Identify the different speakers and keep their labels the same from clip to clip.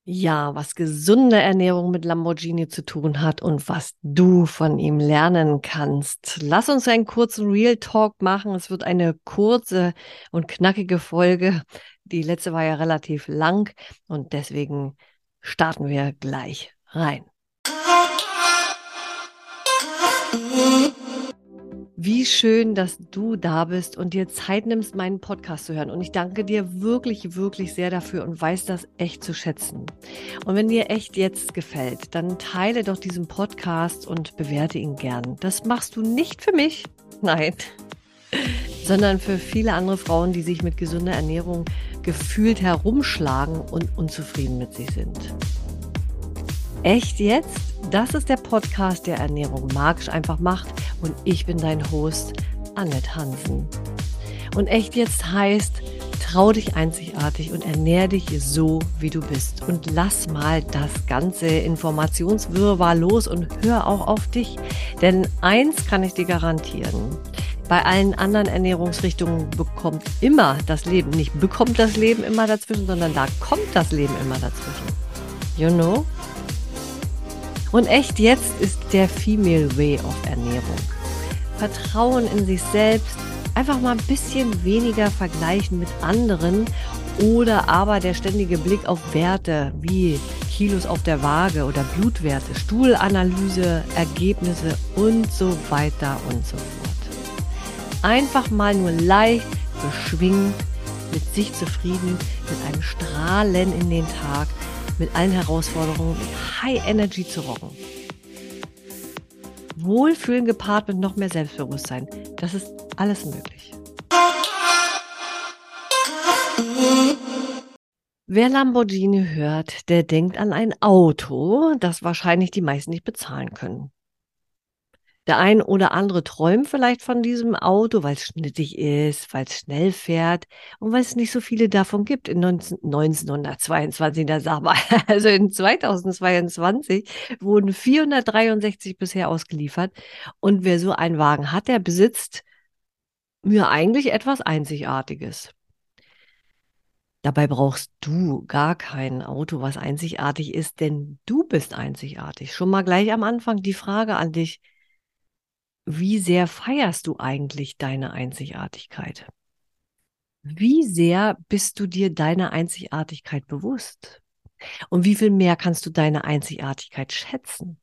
Speaker 1: Ja, was gesunde Ernährung mit Lamborghini zu tun hat und was du von ihm lernen kannst. Lass uns einen kurzen Real Talk machen. Es wird eine kurze und knackige Folge. Die letzte war ja relativ lang und deswegen starten wir gleich rein. Wie schön, dass du da bist und dir Zeit nimmst, meinen Podcast zu hören. Und ich danke dir wirklich, wirklich sehr dafür und weiß das echt zu schätzen. Und wenn dir echt jetzt gefällt, dann teile doch diesen Podcast und bewerte ihn gern. Das machst du nicht für mich, nein, sondern für viele andere Frauen, die sich mit gesunder Ernährung gefühlt herumschlagen und unzufrieden mit sich sind. Echt jetzt? Das ist der Podcast, der Ernährung magisch einfach macht und ich bin dein Host, Annette Hansen. Und echt jetzt heißt, trau dich einzigartig und ernähr dich so, wie du bist. Und lass mal das ganze Informationswirrwarr los und hör auch auf dich. Denn eins kann ich dir garantieren. Bei allen anderen Ernährungsrichtungen bekommt immer das Leben, nicht bekommt das Leben immer dazwischen, sondern da kommt das Leben immer dazwischen. You know? Und echt jetzt ist der Female Way of Ernährung. Vertrauen in sich selbst, einfach mal ein bisschen weniger vergleichen mit anderen oder aber der ständige Blick auf Werte wie Kilos auf der Waage oder Blutwerte, Stuhlanalyse, Ergebnisse und so weiter und so fort. Einfach mal nur leicht, beschwingt, mit sich zufrieden, mit einem Strahlen in den Tag, mit allen Herausforderungen, mit High Energy zu rocken. Wohlfühlen gepaart mit noch mehr Selbstbewusstsein. Das ist alles möglich. Wer Lamborghini hört, der denkt an ein Auto, das wahrscheinlich die meisten nicht bezahlen können. Der ein oder andere träumt vielleicht von diesem Auto, weil es schnittig ist, weil es schnell fährt und weil es nicht so viele davon gibt. In 1922, da sag mal, also in 2022 wurden 463 bisher ausgeliefert. Und wer so einen Wagen hat, der besitzt mir eigentlich etwas Einzigartiges. Dabei brauchst du gar kein Auto, was einzigartig ist, denn du bist einzigartig. Schon mal gleich am Anfang die Frage an dich. Wie sehr feierst du eigentlich deine Einzigartigkeit? Wie sehr bist du dir deiner Einzigartigkeit bewusst? Und wie viel mehr kannst du deine Einzigartigkeit schätzen?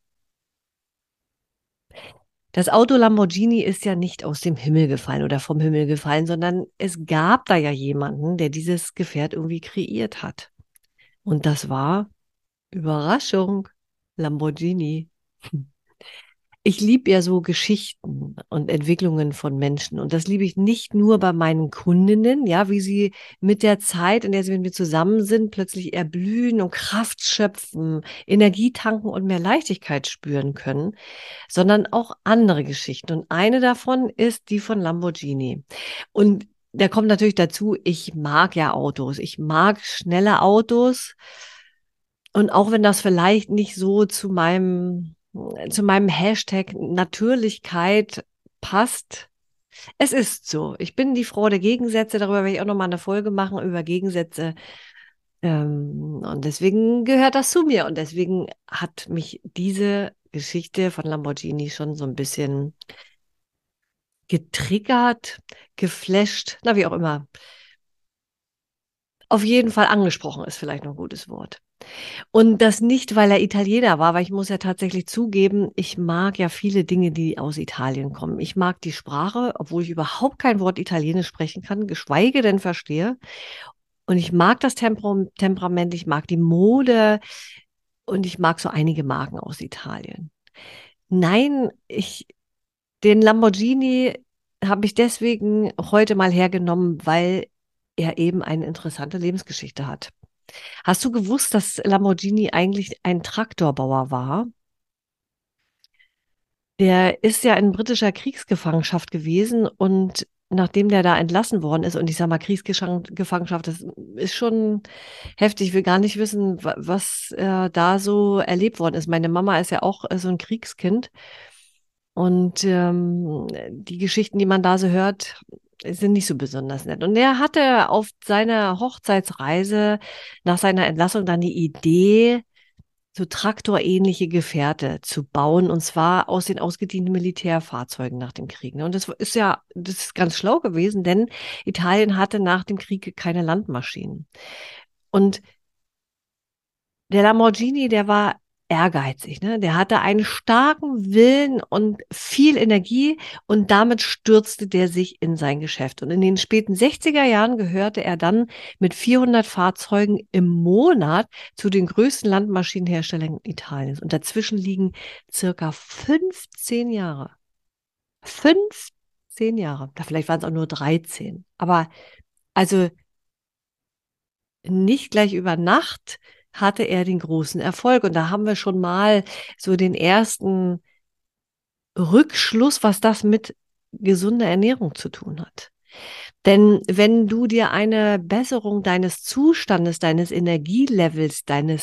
Speaker 1: Das Auto Lamborghini ist ja nicht aus dem Himmel gefallen oder vom Himmel gefallen, sondern es gab da ja jemanden, der dieses Gefährt irgendwie kreiert hat. Und das war, Überraschung, Lamborghini. Ich liebe ja so Geschichten und Entwicklungen von Menschen. Und das liebe ich nicht nur bei meinen Kundinnen, ja, wie sie mit der Zeit, in der sie mit mir zusammen sind, plötzlich erblühen und Kraft schöpfen, Energie tanken und mehr Leichtigkeit spüren können, sondern auch andere Geschichten. Und eine davon ist die von Lamborghini. Und da kommt natürlich dazu, ich mag ja Autos. Ich mag schnelle Autos. Und auch wenn das vielleicht nicht so zu meinem Hashtag Natürlichkeit passt, es ist so. Ich bin die Frau der Gegensätze, darüber werde ich auch nochmal eine Folge machen über Gegensätze. Und deswegen gehört das zu mir. Und deswegen hat mich diese Geschichte von Lamborghini schon so ein bisschen getriggert, geflasht, na wie auch immer. Auf jeden Fall angesprochen ist vielleicht noch ein gutes Wort. Und das nicht, weil er Italiener war, weil ich muss ja tatsächlich zugeben, ich mag ja viele Dinge, die aus Italien kommen. Ich mag die Sprache, obwohl ich überhaupt kein Wort Italienisch sprechen kann, geschweige denn verstehe. Und ich mag das Temperament, ich mag die Mode und ich mag so einige Marken aus Italien. Nein, den Lamborghini habe ich deswegen heute mal hergenommen, weil er eben eine interessante Lebensgeschichte hat. Hast du gewusst, dass Lamborghini eigentlich ein Traktorbauer war? Der ist ja in britischer Kriegsgefangenschaft gewesen und nachdem der da entlassen worden ist, und ich sage mal, Kriegsgefangenschaft, das ist schon heftig. Ich will gar nicht wissen, was da so erlebt worden ist. Meine Mama ist ja auch so ein Kriegskind und die Geschichten, die man da so hört, sind nicht so besonders nett. Und er hatte auf seiner Hochzeitsreise nach seiner Entlassung dann die Idee, so traktorähnliche Gefährte zu bauen, und zwar aus den ausgedienten Militärfahrzeugen nach dem Krieg. Ne? Und das ist ganz schlau gewesen, denn Italien hatte nach dem Krieg keine Landmaschinen. Und der Lamborghini, der war ehrgeizig, ne? Der hatte einen starken Willen und viel Energie, und damit stürzte der sich in sein Geschäft. Und in den späten 60er Jahren gehörte er dann mit 400 Fahrzeugen im Monat zu den größten Landmaschinenherstellern Italiens. Und dazwischen liegen circa 15 Jahre. 15 Jahre. Da vielleicht waren es auch nur 13. Aber also nicht gleich über Nacht hatte er den großen Erfolg. Und da haben wir schon mal so den ersten Rückschluss, was das mit gesunder Ernährung zu tun hat. Denn wenn du dir eine Besserung deines Zustandes, deines Energielevels,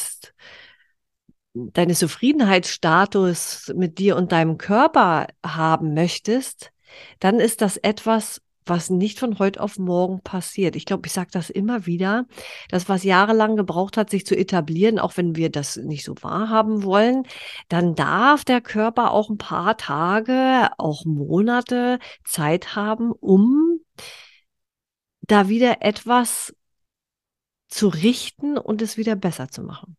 Speaker 1: deines Zufriedenheitsstatus mit dir und deinem Körper haben möchtest, dann ist das etwas, was nicht von heute auf morgen passiert. Ich glaube, ich sage das immer wieder, das, was jahrelang gebraucht hat, sich zu etablieren, auch wenn wir das nicht so wahrhaben wollen, dann darf der Körper auch ein paar Tage, auch Monate Zeit haben, um da wieder etwas zu richten und es wieder besser zu machen.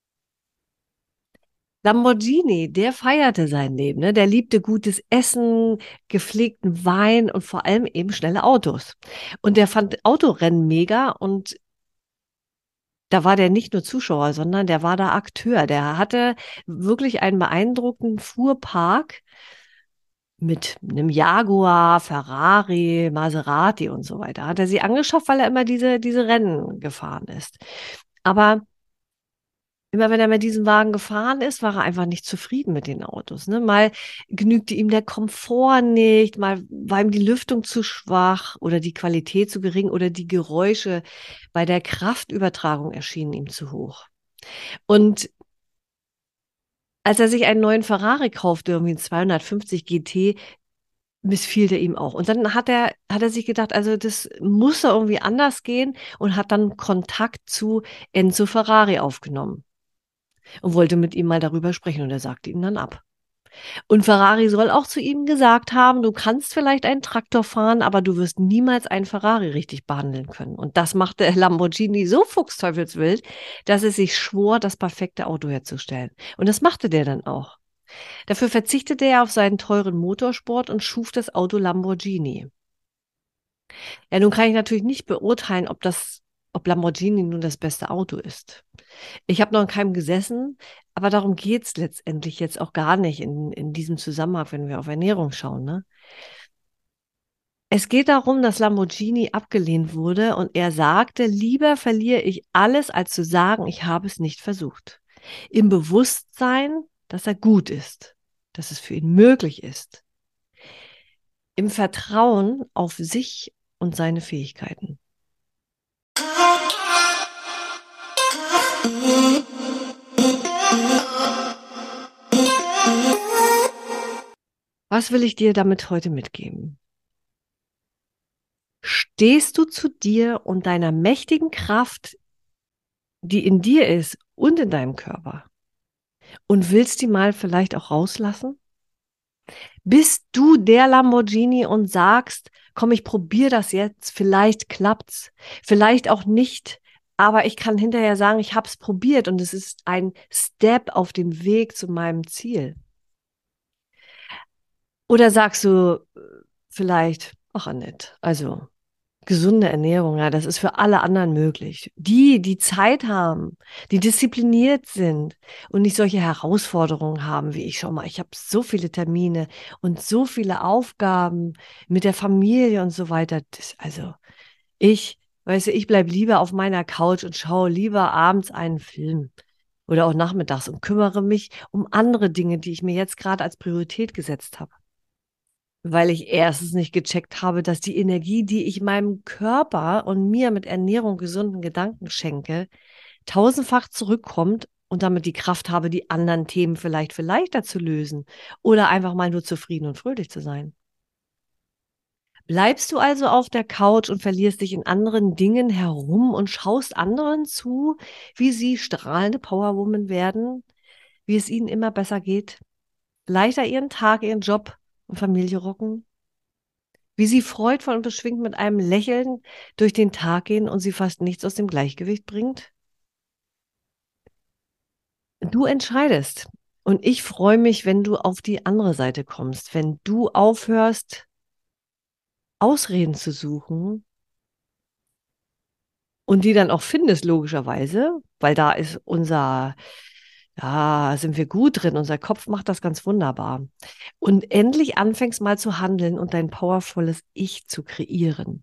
Speaker 1: Lamborghini, der feierte sein Leben, ne? Der liebte gutes Essen, gepflegten Wein und vor allem eben schnelle Autos. Und der fand Autorennen mega, und da war der nicht nur Zuschauer, sondern der war da Akteur. Der hatte wirklich einen beeindruckenden Fuhrpark mit einem Jaguar, Ferrari, Maserati und so weiter. Hat er sie angeschafft, weil er immer diese Rennen gefahren ist. Aber immer wenn er mit diesem Wagen gefahren ist, war er einfach nicht zufrieden mit den Autos. Ne? Mal genügte ihm der Komfort nicht, mal war ihm die Lüftung zu schwach oder die Qualität zu gering oder die Geräusche bei der Kraftübertragung erschienen ihm zu hoch. Und als er sich einen neuen Ferrari kaufte, irgendwie einen 250 GT, missfiel der ihm auch. Und dann hat er sich gedacht, also das muss doch irgendwie anders gehen, und hat dann Kontakt zu Enzo Ferrari aufgenommen und wollte mit ihm mal darüber sprechen, und er sagte ihn dann ab. Und Ferrari soll auch zu ihm gesagt haben, du kannst vielleicht einen Traktor fahren, aber du wirst niemals einen Ferrari richtig behandeln können. Und das machte Lamborghini so fuchsteufelswild, dass es sich schwor, das perfekte Auto herzustellen. Und das machte der dann auch. Dafür verzichtete er auf seinen teuren Motorsport und schuf das Auto Lamborghini. Ja, nun kann ich natürlich nicht beurteilen, ob Lamborghini nun das beste Auto ist. Ich habe noch in keinem gesessen, aber darum geht es letztendlich jetzt auch gar nicht in diesem Zusammenhang, wenn wir auf Ernährung schauen. Ne? Es geht darum, dass Lamborghini abgelehnt wurde, und er sagte, lieber verliere ich alles, als zu sagen, ich habe es nicht versucht. Im Bewusstsein, dass er gut ist, dass es für ihn möglich ist. Im Vertrauen auf sich und seine Fähigkeiten. Was will ich dir damit heute mitgeben? Stehst du zu dir und deiner mächtigen Kraft, die in dir ist und in deinem Körper, und willst die mal vielleicht auch rauslassen? Bist du der Lamborghini und sagst, komm, ich probiere das jetzt, vielleicht klappt's, vielleicht auch nicht, aber ich kann hinterher sagen, ich habe es probiert und es ist ein Step auf dem Weg zu meinem Ziel? Oder sagst du vielleicht, ach Annette, also gesunde Ernährung, ja, das ist für alle anderen möglich. Die Zeit haben, die diszipliniert sind und nicht solche Herausforderungen haben wie ich. Schau mal, ich habe so viele Termine und so viele Aufgaben mit der Familie und so weiter. Weißt du, ich bleibe lieber auf meiner Couch und schaue lieber abends einen Film oder auch nachmittags und kümmere mich um andere Dinge, die ich mir jetzt gerade als Priorität gesetzt habe. Weil ich erstens nicht gecheckt habe, dass die Energie, die ich meinem Körper und mir mit Ernährung, gesunden Gedanken schenke, tausendfach zurückkommt und damit die Kraft habe, die anderen Themen vielleicht für leichter zu lösen oder einfach mal nur zufrieden und fröhlich zu sein. Bleibst du also auf der Couch und verlierst dich in anderen Dingen herum und schaust anderen zu, wie sie strahlende Powerwoman werden, wie es ihnen immer besser geht, leichter ihren Tag, ihren Job und Familie rocken, wie sie freudvoll und beschwingt mit einem Lächeln durch den Tag gehen und sie fast nichts aus dem Gleichgewicht bringt? Du entscheidest. Und ich freue mich, wenn du auf die andere Seite kommst, wenn du aufhörst, Ausreden zu suchen und die dann auch findest, logischerweise, weil da ist sind wir gut drin, unser Kopf macht das ganz wunderbar. Und endlich anfängst mal zu handeln und dein powervolles Ich zu kreieren.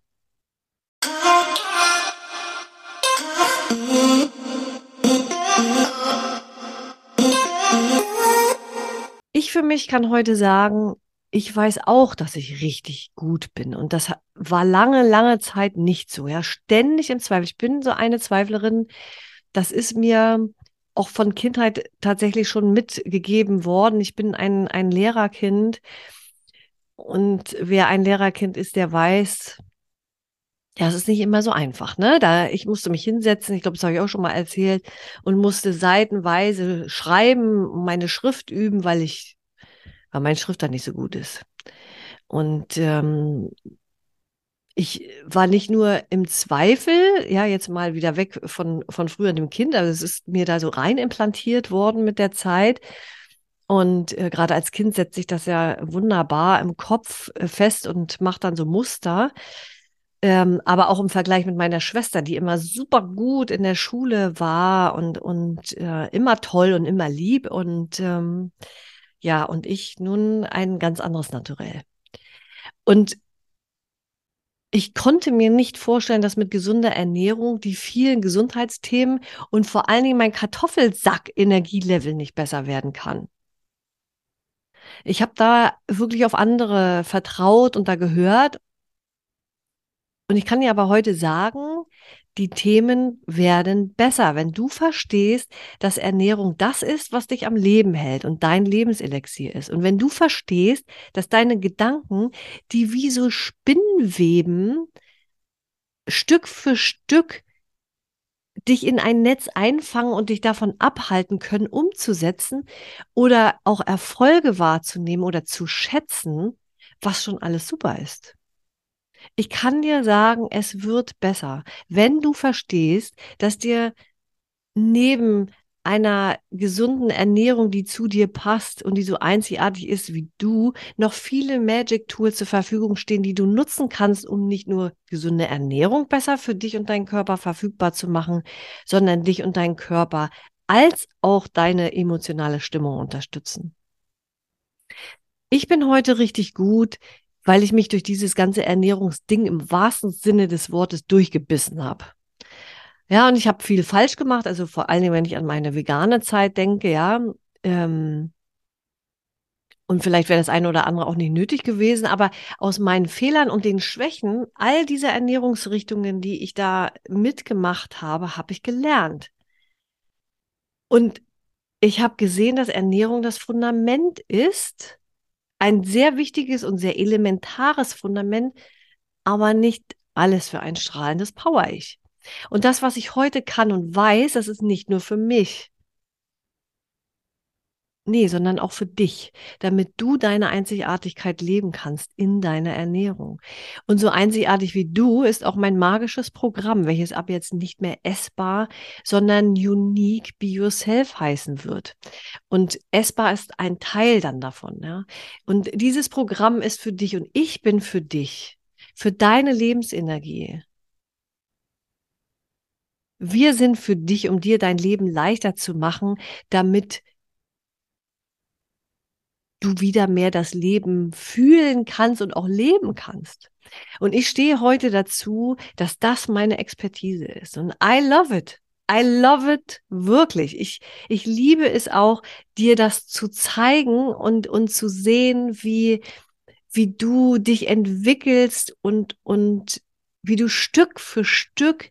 Speaker 1: Ich für mich kann heute sagen, ich weiß auch, dass ich richtig gut bin. Und das war lange, lange Zeit nicht so. Ja, ständig im Zweifel. Ich bin so eine Zweiflerin. Das ist mir auch von Kindheit tatsächlich schon mitgegeben worden. Ich bin ein Lehrerkind. Und wer ein Lehrerkind ist, der weiß, ja, es ist nicht immer so einfach, ne? Ich musste mich hinsetzen, ich glaube, das habe ich auch schon mal erzählt, und musste seitenweise schreiben, meine Schrift üben, weil meine Schrift da nicht so gut ist. Und ich war nicht nur im Zweifel, ja, jetzt mal wieder weg von früher dem Kind, also es ist mir da so rein implantiert worden mit der Zeit. Und gerade als Kind setzt sich das ja wunderbar im Kopf fest und macht dann so Muster. Aber auch im Vergleich mit meiner Schwester, die immer super gut in der Schule war und immer toll und immer lieb. Und ja, und ich nun ein ganz anderes Naturell. Und ich konnte mir nicht vorstellen, dass mit gesunder Ernährung die vielen Gesundheitsthemen und vor allen Dingen mein Kartoffelsack-Energielevel nicht besser werden kann. Ich habe da wirklich auf andere vertraut und da gehört. Und ich kann dir aber heute sagen, die Themen werden besser, wenn du verstehst, dass Ernährung das ist, was dich am Leben hält und dein Lebenselixier ist. Und wenn du verstehst, dass deine Gedanken, die wie so Spinnweben Stück für Stück dich in ein Netz einfangen und dich davon abhalten können, umzusetzen oder auch Erfolge wahrzunehmen oder zu schätzen, was schon alles super ist. Ich kann dir sagen, es wird besser, wenn du verstehst, dass dir neben einer gesunden Ernährung, die zu dir passt und die so einzigartig ist wie du, noch viele Magic Tools zur Verfügung stehen, die du nutzen kannst, um nicht nur gesunde Ernährung besser für dich und deinen Körper verfügbar zu machen, sondern dich und deinen Körper als auch deine emotionale Stimmung unterstützen. Ich bin heute richtig gut, weil ich mich durch dieses ganze Ernährungsding im wahrsten Sinne des Wortes durchgebissen habe. Ja, und ich habe viel falsch gemacht, also vor allen Dingen, wenn ich an meine vegane Zeit denke, ja. Ähm, und vielleicht wäre das eine oder andere auch nicht nötig gewesen, aber aus meinen Fehlern und den Schwächen all dieser Ernährungsrichtungen, die ich da mitgemacht habe, habe ich gelernt. Und ich habe gesehen, dass Ernährung das Fundament ist, ein sehr wichtiges und sehr elementares Fundament, aber nicht alles für ein strahlendes Power-Ich. Und das, was ich heute kann und weiß, das ist nicht nur für mich. Nee, sondern auch für dich, damit du deine Einzigartigkeit leben kannst in deiner Ernährung. Und so einzigartig wie du ist auch mein magisches Programm, welches ab jetzt nicht mehr essbar, sondern Unique Be Yourself heißen wird. Und essbar ist ein Teil dann davon. Ja? Und dieses Programm ist für dich und ich bin für dich, für deine Lebensenergie. Wir sind für dich, um dir dein Leben leichter zu machen, damit du wieder mehr das Leben fühlen kannst und auch leben kannst. Und ich stehe heute dazu, dass das meine Expertise ist. Und I love it. I love it wirklich. Ich liebe es auch, dir das zu zeigen und zu sehen, wie du dich entwickelst und wie du Stück für Stück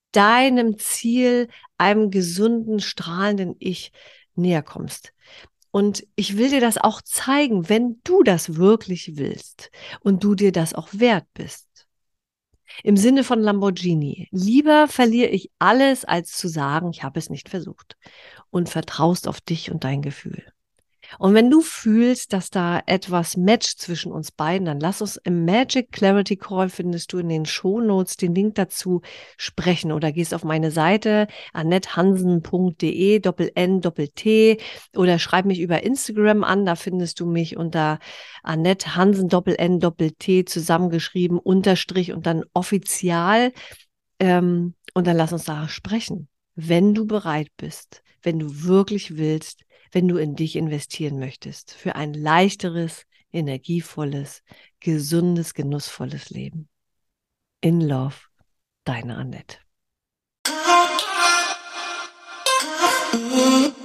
Speaker 1: deinem Ziel, einem gesunden, strahlenden Ich näher kommst. Und ich will dir das auch zeigen, wenn du das wirklich willst und du dir das auch wert bist. Im Sinne von Lamborghini. Lieber verliere ich alles, als zu sagen, ich habe es nicht versucht. Und vertraust auf dich und dein Gefühl. Und wenn du fühlst, dass da etwas matcht zwischen uns beiden, dann lass uns im Magic Clarity Call, findest du in den Shownotes den Link dazu, sprechen oder gehst auf meine Seite annettehansen.de Doppel-N Doppel-T oder schreib mich über Instagram an, da findest du mich unter Annette Hansen Doppel-N Doppel-T zusammengeschrieben, Unterstrich und dann offizial, und dann lass uns da sprechen, wenn du bereit bist, wenn du wirklich willst, wenn du in dich investieren möchtest, für ein leichteres, energievolles, gesundes, genussvolles Leben. In Love, deine Annette.